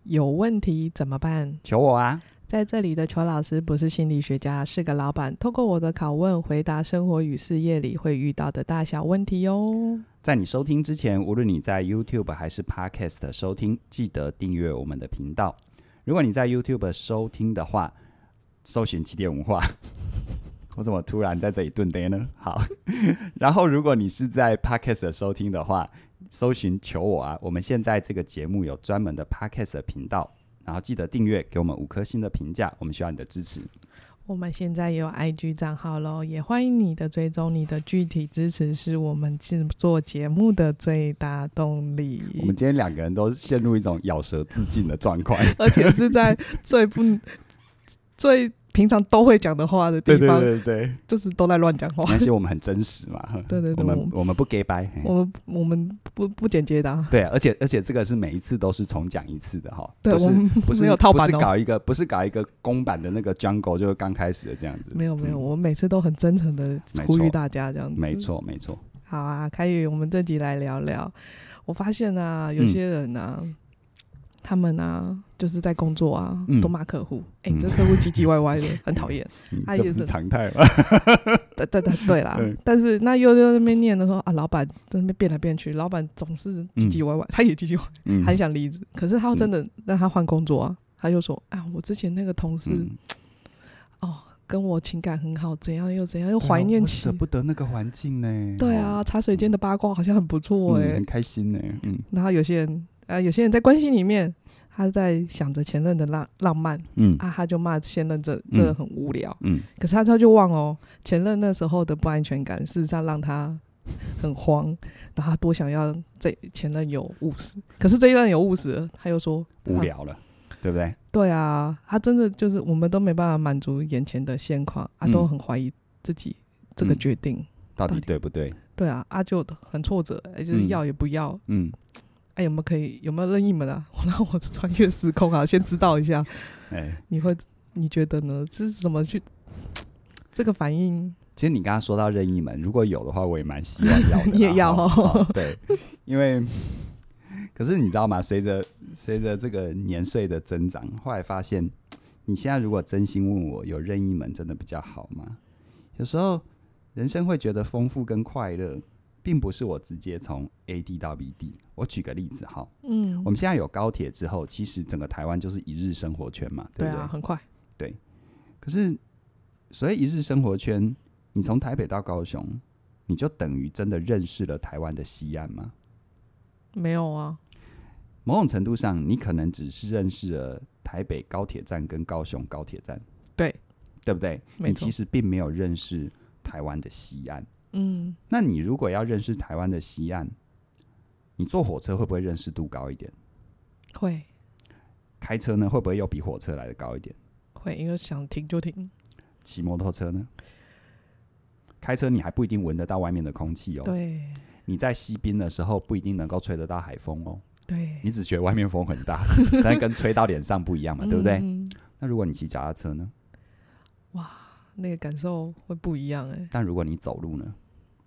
有问题怎么办？ 求我啊！ 在这里的裘老师不是心理学家，是个老板，透过我的拷问回答生活与事业里会遇到的大小问题哦。 在你收听之前，无论你在 YouTube 还是 Podcast 收听，记得订阅我们的频道。如果你在 YouTube 收听的话，搜寻起点文化我怎么突然在这里顿呆呢？好，然后如果你是在 Podcast 收听的话，搜寻求我啊！我们现在这个节目有专门的 Podcast 的频道，然后记得订阅，给我们5颗星的评价，我们需要你的支持。 我们现在也有 IG 账号咯，也欢迎你的追踪，你的具体支持是我们制作节目的最大动力。 我们今天2个人都陷入一种咬舌自尽的状况， 而且是在最平常都会讲的话的地方， 对， 就是都在乱讲话。 但是我们很真实嘛， 对， 我们不 gay 掰， 我们不剪接的啊。 对啊，而且这个是每一次都是重讲一次的哈， 对， 不是没有套版哦，不是搞一个公版的那个 Jungle， 就是刚开始的这样子。 没有，我们每次都很真诚的呼吁大家这样子。 没错。 好啊，凯宇，我们这集来聊聊。我发现啊，有些人啊。他们啊，就是在工作啊，都骂客户。这客户唧唧歪歪的，很讨厌。 这不是常态吗？ 对啦。但是那又在那边念的说啊，老板在那边变来变去，老板总是唧唧歪歪，他也唧唧歪歪，很想离职。可是他真的让他换工作啊，他就说啊，我之前那个同事，跟我情感很好，怎样又怎样，又怀念起， 舍不得那个环境呢。 对啊，茶水间的八卦好像很不错很开心呢。 然后有些人在关系里面，他在想着前任的浪漫，他就骂现任这很无聊，可是他就忘前任那时候的不安全感，事实上让他很慌，然后他多想要前任有务实，可是这一任有务实了，他又说无聊了，对不对？ 对啊，他真的就是我们都没办法满足眼前的现况，都很怀疑自己这个决定到底对不对？对啊，就很挫折，就是要也不要，有没有任意门啊？让我穿越时空啊，先知道一下。你觉得呢？这是怎么去这个反应？ 其实你刚刚说到任意门，如果有的话，我也蛮希望要的。 你也要对，因为可是你知道吗？随着这个年岁的增长，后来发现，你现在如果真心问我，有任意门真的比较好吗？有时候人生会觉得丰富跟快乐，并不是我直接从 A 地到 B 地。我举个例子哈，我们现在有高铁之后，其实整个台湾就是一日生活圈嘛，对不对？ 对啊，很快。 对，可是所谓一日生活圈，你从台北到高雄，你就等于真的认识了台湾的西岸吗？ 没有啊。 某种程度上，你可能只是认识了台北高铁站跟高雄高铁站，对不对？你其实并没有认识台湾的西岸。那你如果要认识台湾的西岸，你坐火车会不会认识度高一点？ 会。 开车呢，会不会又比火车来的高一点？ 会，因为想停就停。 骑摩托车呢？开车你还不一定闻得到外面的空气哦。 对。 你在西滨的时候不一定能够吹得到海风哦。 对。 你只觉得外面风很大，但是跟吹到脸上不一样嘛，对不对？那如果你骑脚踏车呢？ 哇，那个感受会不一样哎。 但如果你走路呢？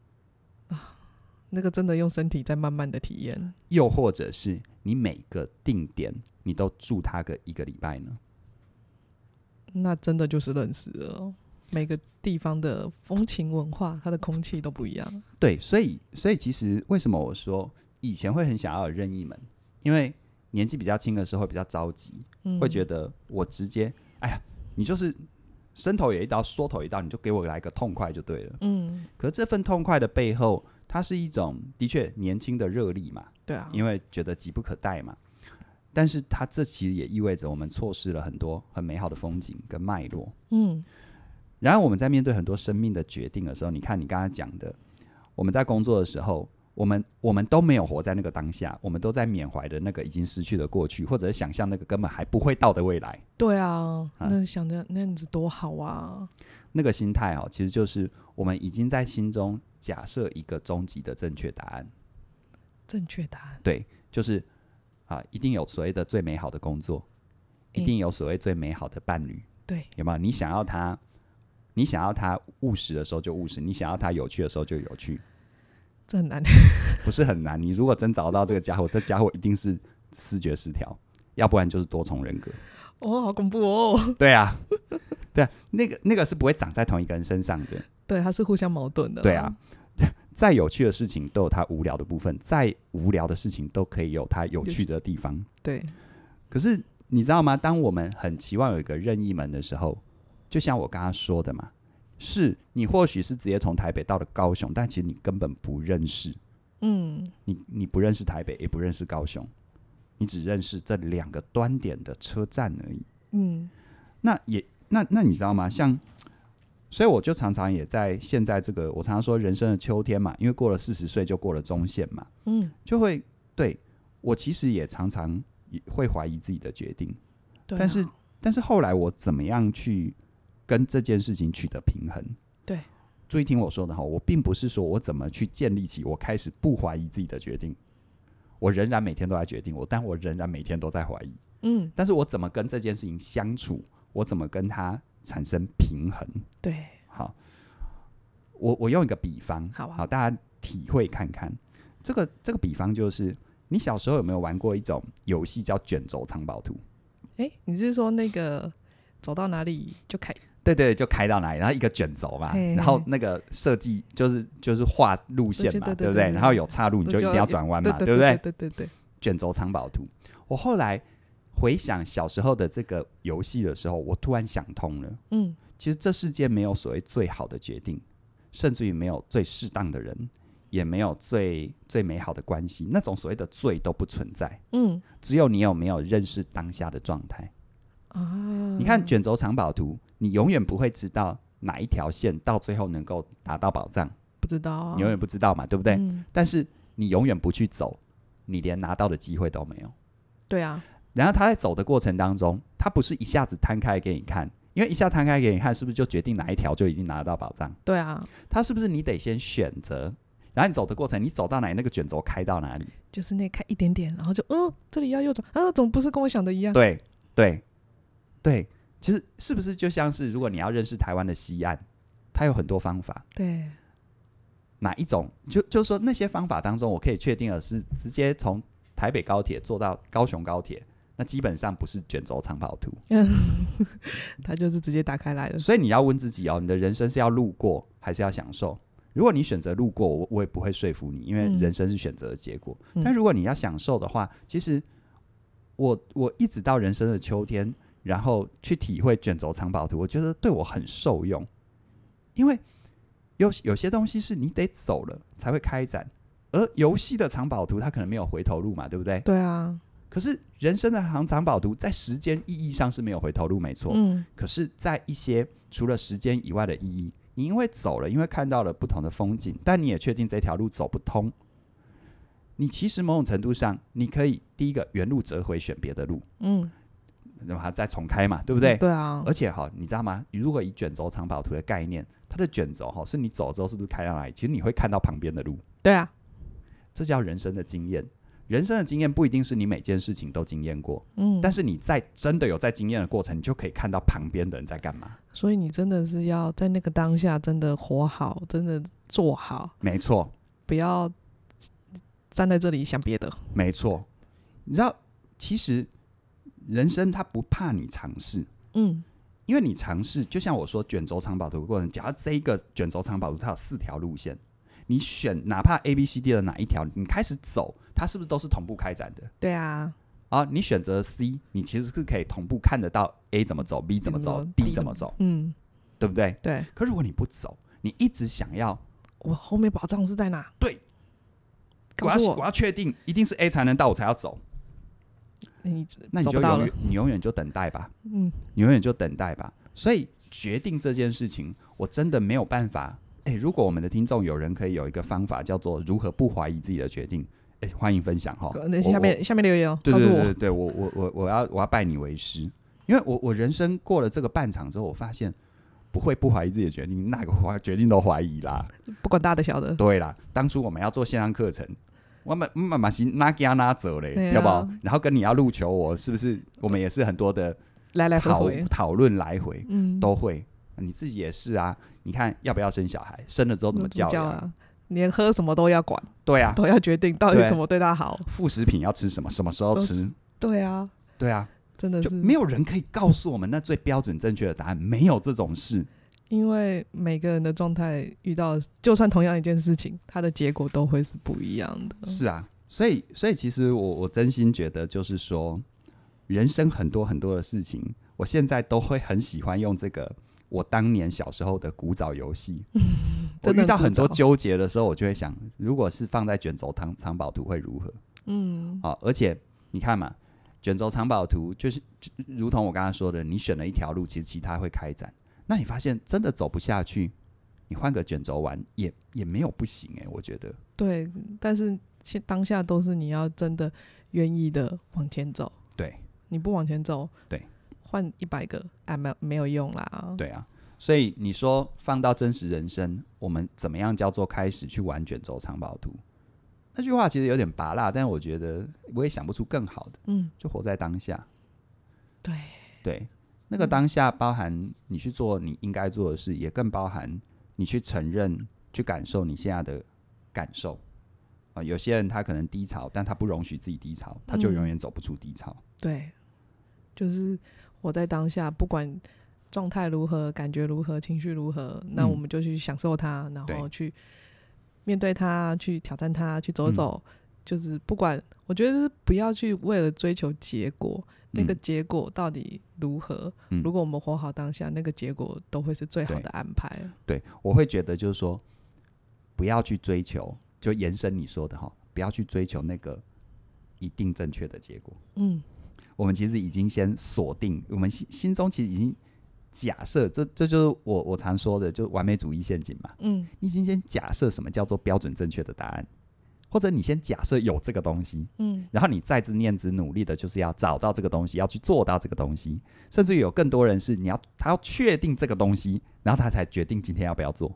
那个真的用身体在慢慢的体验。 又或者是你每个定点你都住它个1个礼拜呢？ 那真的就是认识了每个地方的风情文化，它的空气都不一样。 对，所以其实为什么我说以前会很想要有任意门，因为年纪比较轻的时候会比较着急，会觉得我直接你就是伸头有一刀缩头一刀，你就给我来个痛快就对了。可是这份痛快的背后，它是一种的确年轻的热力嘛， 对啊， 因为觉得急不可待嘛。但是它这其实也意味着我们错失了很多很美好的风景跟脉络。然而我们在面对很多生命的决定的时候，你看你刚才讲的，我们在工作的时候，我们都没有活在那个当下，我们都在缅怀的那个已经失去的过去，或者是想象那个根本还不会到的未来。 对啊，那想着那样子多好啊。 那个心态其实就是我们已经在心中假设一个终极的正确答案。 正确答案？ 对，就是一定有所谓的最美好的工作，一定有所谓最美好的伴侣。 对， 有没有？你想要他务实的时候就务实，你想要他有趣的时候就有趣。 这很难。 不是很难，你如果真找到这个家伙，这家伙一定是思觉失调， 要不然就是多重人格。 哦，好恐怖哦！ 对啊，对啊，那个是不会长在同一个人身上的。 对，它是互相矛盾的。 对啊，再有趣的事情都有它无聊的部分，再无聊的事情都可以有它有趣的地方。 对。 可是你知道吗？当我们很期望有一个任意门的时候，就像我刚刚说的嘛，是你或许是直接从台北到了高雄，但其实你根本不认识。你不认识台北，也不认识高雄。你只认识这2个端点的车站而已。那你知道吗？所以我就常常也在现在这个，我常常说人生的秋天嘛，因为过了40岁就过了中线嘛，就会对我其实也常常也会怀疑自己的决定，对啊，但是后来我怎么样去跟这件事情取得平衡？ 对， 注意听我说的哈，我并不是说我怎么去建立起我开始不怀疑自己的决定。我仍然每天都在决定但我仍然每天都在怀疑。但是我怎么跟这件事情相处，我怎么跟它产生平衡？ 对， 好，我用一个比方， 好， 大家体会看看。这个比方就是，你小时候有没有玩过一种游戏叫卷轴藏宝图？ 你是说那个走到哪里就开？ 对，就开到哪里，然后一个卷轴嘛，然后那个设计就是画路线嘛，对不对？然后有岔路你就一定要转弯嘛，对不对？ 对， 卷轴藏宝图。我后来回想小时候的这个游戏的时候，我突然想通了。其实这世界没有所谓最好的决定，甚至于没有最适当的人，也没有最美好的关系，那种所谓的最都不存在。只有你有没有认识当下的状态。你看卷轴藏宝图，你永远不会知道哪一条线到最后能够达到宝藏， 不知道啊， 你永远不知道嘛，对不对？但是你永远不去走，你连拿到的机会都没有。 对啊， 然后他在走的过程当中，他不是一下子摊开给你看，因为一下摊开给你看，是不是就决定哪一条就已经拿得到宝藏？ 对啊，他是不是你得先选择，然后你走的过程，你走到哪里，那个卷轴开到哪里， 就是那开一点点，然后就这里要右转怎么不是跟我想的一样？ 对，其实是不是就像是如果你要认识台湾的西岸，它有很多方法。 对， 哪一种就是说那些方法当中，我可以确定的是，直接从台北高铁坐到高雄高铁，那基本上不是卷轴藏宝图， 它就是直接打开来了。 所以你要问自己你的人生是要路过还是要享受？如果你选择路过，我也不会说服你，因为人生是选择的结果。但如果你要享受的话，其实我一直到人生的秋天，然后去体会卷轴藏宝图，我觉得对我很受用，因为有些东西是你得走了才会开展，而游戏的藏宝图它可能没有回头路嘛，对不对？ 对啊。 可是人生的藏宝图在时间意义上是没有回头路，没错。可是在一些除了时间以外的意义，你因为走了，因为看到了不同的风景，但你也确定这条路走不通，你其实某种程度上你可以第一个原路折回，选别的路。然后它再重开嘛，对不对？ 对啊。 而且你知道吗？如果以卷轴藏宝图的概念，它的卷轴是你走之后是不是开到哪里？其实你会看到旁边的路。 对啊， 这叫人生的经验。人生的经验不一定是你每件事情都经验过，但是你在真的有在经验的过程，你就可以看到旁边的人在干嘛。 所以你真的是要在那个当下真的活好，真的做好。 没错， 不要站在这里想别的。 没错，你知道，其实人生它不怕你尝试，因为你尝试，就像我说卷轴藏宝图的过程，假如这一个卷轴藏宝图它有4条路线，你选哪怕 A、B、C、D 的哪一条，你开始走，它是不是都是同步开展的？ 对啊。 你选择 C， 你其实是可以同步看得到 A 怎么走 ，B 怎么走 ，D 怎么走，对不对？ 对。 可如果你不走，你一直想要， 我后面宝藏是在哪？ 对，我要确定一定是 A 才能到，我才要走。那你就永远就等待吧，你永远就等待吧。所以决定这件事情，我真的没有办法。如果我们的听众有人可以有一个方法叫做如何不怀疑自己的决定，欢迎分享哈。 下面留言告诉我。 对，我要拜你为师，因为我人生过了这个半场之后，我发现不会不怀疑自己的决定，哪个决定都怀疑啦， 不管大的小的。 对啦，当初我们要做线上课程，我们是哪家哪走嘞，对吧？然后跟你要录求我，是不是？我们也是很多的来回讨论来回，都会。你自己也是啊，你看要不要生小孩，生了之后怎么教养， 连喝什么都要管。 对啊， 都要决定到底怎么对他好。 副食品要吃什么，什么时候吃。 对啊， 对啊， 真的是就没有人可以告诉我们那最标准正确的答案，没有这种事。 因为每个人的状态遇到，就算同样一件事情，它的结果都会是不一样的。 是啊，所以其实我真心觉得，就是说，人生很多很多的事情，我现在都会很喜欢用这个我当年小时候的古早游戏。我遇到很多纠结的时候，我就会想，如果是放在卷轴藏宝图会如何？而且你看嘛，卷轴藏宝图就如同我刚才说的，你选了一条路，其实其他会开展。那你发现真的走不下去，你换个卷轴玩也没有不行我觉得。 对，但是当下都是你要真的愿意的往前走。 对， 你不往前走， 对， 换100个没有用啦。 对啊，所以你说放到真实人生，我们怎么样叫做开始去玩卷轴藏宝图？那句话其实有点拔辣，但我觉得我也想不出更好的。就活在当下。对，那个当下包含你去做你应该做的事，也更包含你去承认、去感受你现在的感受。有些人他可能低潮，但他不容许自己低潮，他就永远走不出低潮。 对，就是活在当下，不管状态如何、感觉如何、情绪如何，那我们就去享受它，然后去面对它，去挑战它，去走走。就是不管，我觉得不要去为了追求结果，那个结果到底如何，如果我们活好当下，那个结果都会是最好的安排。 对，我会觉得就是说，不要去追求，就延伸你说的不要去追求那个一定正确的结果。我们其实已经先锁定，我们心中其实已经假设，这就是我常说的，就完美主义陷阱嘛。你已经先假设什么叫做标准正确的答案。或者你先假设有这个东西，然后你在之念之努力的就是要找到这个东西，要去做到这个东西，甚至于有更多人是他要确定这个东西，然后他才决定今天要不要做。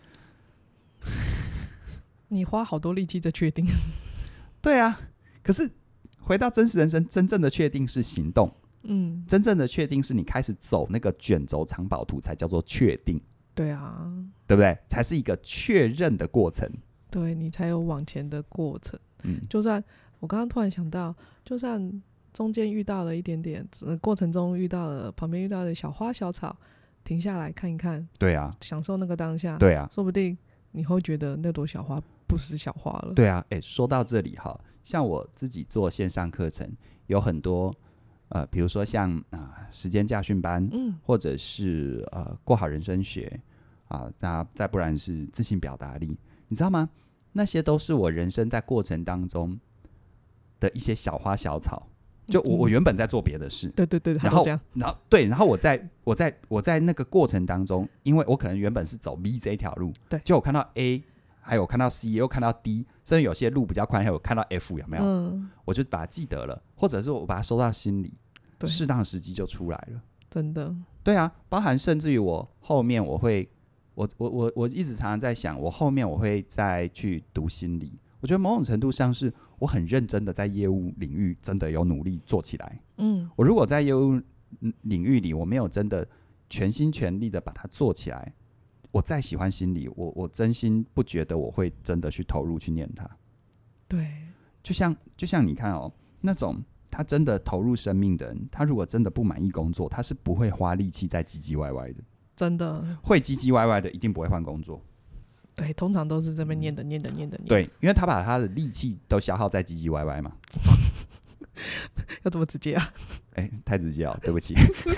你花好多力气在确定。 对啊，可是回到真实人生，真正的确定是行动。真正的确定是你开始走那个卷轴藏宝图，才叫做确定。 对啊， 对不对？才是一个确认的过程。 对，你才有往前的过程。就算我刚刚突然想到，就算中间遇到了一点点，过程中旁边遇到的小花小草，停下来看一看， 对啊， 享受那个当下， 对啊， 说不定你会觉得那朵小花不是小花了。 对啊，说到这里像我自己做线上课程，有很多比如说像时间驾训班，或者是过好人生学再不然是自信表达力，你知道吗？那些都是我人生在过程当中的一些小花小草。就我原本在做别的事， 对， 然后我在那个过程当中，因为我可能原本是走 B 这一条路，对，就我看到 A， 还有看到 C， 又看到 D， 甚至有些路比较宽，还有看到 F， 有没有？我就把它记得了，或者是我把它收到心里，适当的时机就出来了。 真的， 对啊，包含甚至于我后面我一直常常在想，我后面我会再去读心理。我觉得某种程度上是我很认真的在业务领域真的有努力做起来。我如果在业务领域里我没有真的全心全力的把它做起来，我再喜欢心理，我真心不觉得我会真的去投入去念它。 对， 就像你看那种他真的投入生命的人，他如果真的不满意工作，他是不会花力气在唧唧歪歪的。 真的会唧唧歪歪的一定不会换工作。 对，通常都是这边念的。 对，因为他把他的力气都消耗在唧唧歪歪嘛。 要这么直接啊？ 太直接了，对不起。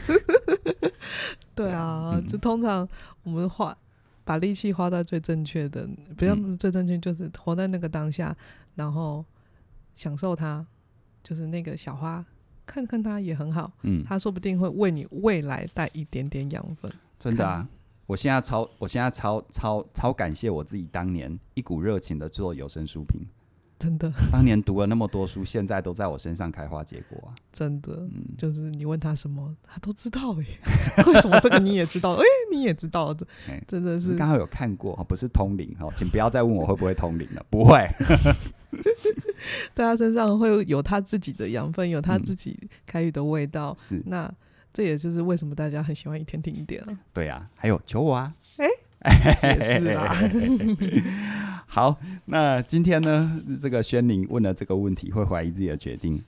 对啊，就通常我们把力气花在最正确的，不要最正确，就是活在那个当下，然后享受它，就是那个小花，看看它也很好。它说不定会为你未来带一点点养分。 真的啊，我现在超感谢我自己当年一股热情的做有声书评。 真的， 当年读了那么多书，现在都在我身上开花结果啊！ 真的，就是你问他什么，他都知道为什么这个你也知道？你也知道的，真的是刚好有看过，不是通灵请不要再问我会不会通灵了，不会。 在他身上会有他自己的养分，有他自己开语的味道。 是， 那这也就是为什么大家很喜欢一天听一点啊。 对啊，还有求我啊， 也是啦。 好，那今天呢，这个宣宁问了这个问题，会怀疑自己的决定。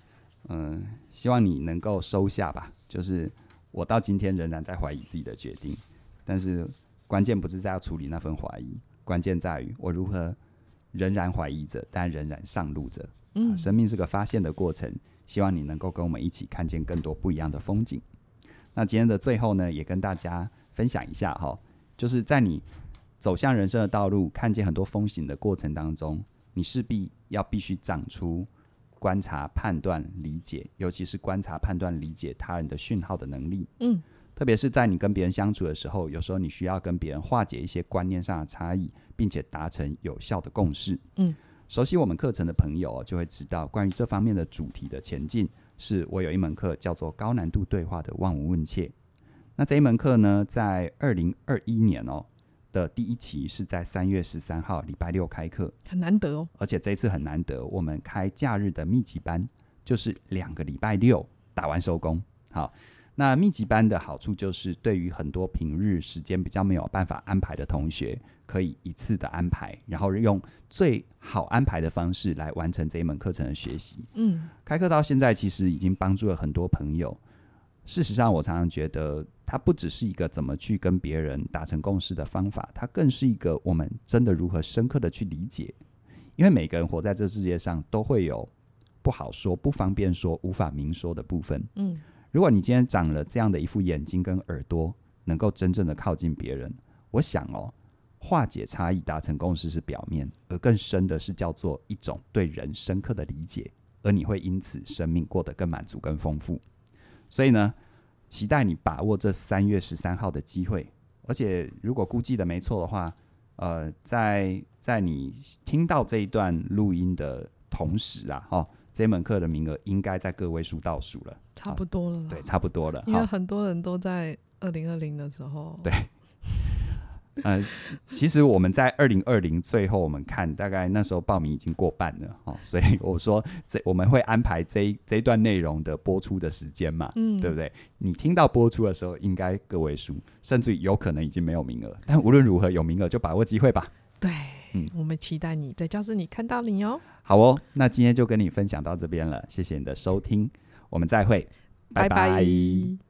希望你能够收下吧，就是我到今天仍然在怀疑自己的决定，但是关键不是在要处理那份怀疑，关键在于我如何仍然怀疑着，但仍然上路着。生命是个发现的过程，希望你能够跟我们一起看见更多不一样的风景。那今天的最后呢，也跟大家分享一下就是在你走向人生的道路，看见很多风景的过程当中，你势必必须长出观察、判断、理解，尤其是观察、判断、理解他人的讯号的能力。特别是在你跟别人相处的时候，有时候你需要跟别人化解一些观念上的差异，并且达成有效的共识。熟悉我们课程的朋友就会知道，关于这方面的主题的前进，是我有一门课叫做高难度对话的望闻问切。那这一门课呢，在2021年的第一期是在3月13号礼拜六开课， 很难得哦。 而且这一次很难得，我们开假日的密集班，就是2个礼拜六打完收工。好，那密集班的好处就是对于很多平日时间比较没有办法安排的同学，可以一次的安排，然后用最好安排的方式来完成这一门课程的学习。开课到现在其实已经帮助了很多朋友。事实上我常常觉得它不只是一个怎么去跟别人达成共识的方法，它更是一个我们真的如何深刻的去理解。因为每个人活在这世界上都会有不好说、不方便说、无法明说的部分。如果你今天长了这样的一副眼睛跟耳朵，能够真正的靠近别人，我想化解差异、达成共识是表面，而更深的是叫做一种对人深刻的理解，而你会因此生命过得更满足、更丰富。所以呢，期待你把握这3月13号的机会，而且如果估计的没错的话，在你听到这一段录音的同时这门课的名额应该在个位数倒数了， 差不多了啦。 对，差不多了， 因为很多人都在2020的时候。 对。其实我们在2020最后我们看大概那时候报名已经过半了，所以我说我们会安排这一段内容的播出的时间嘛，对不对？你听到播出的时候应该个位数，甚至有可能已经没有名额，但无论如何有名额就把握机会吧。 对，我们期待你在教室里看到你哦。 好那今天就跟你分享到这边了，谢谢你的收听，我们再会，拜拜。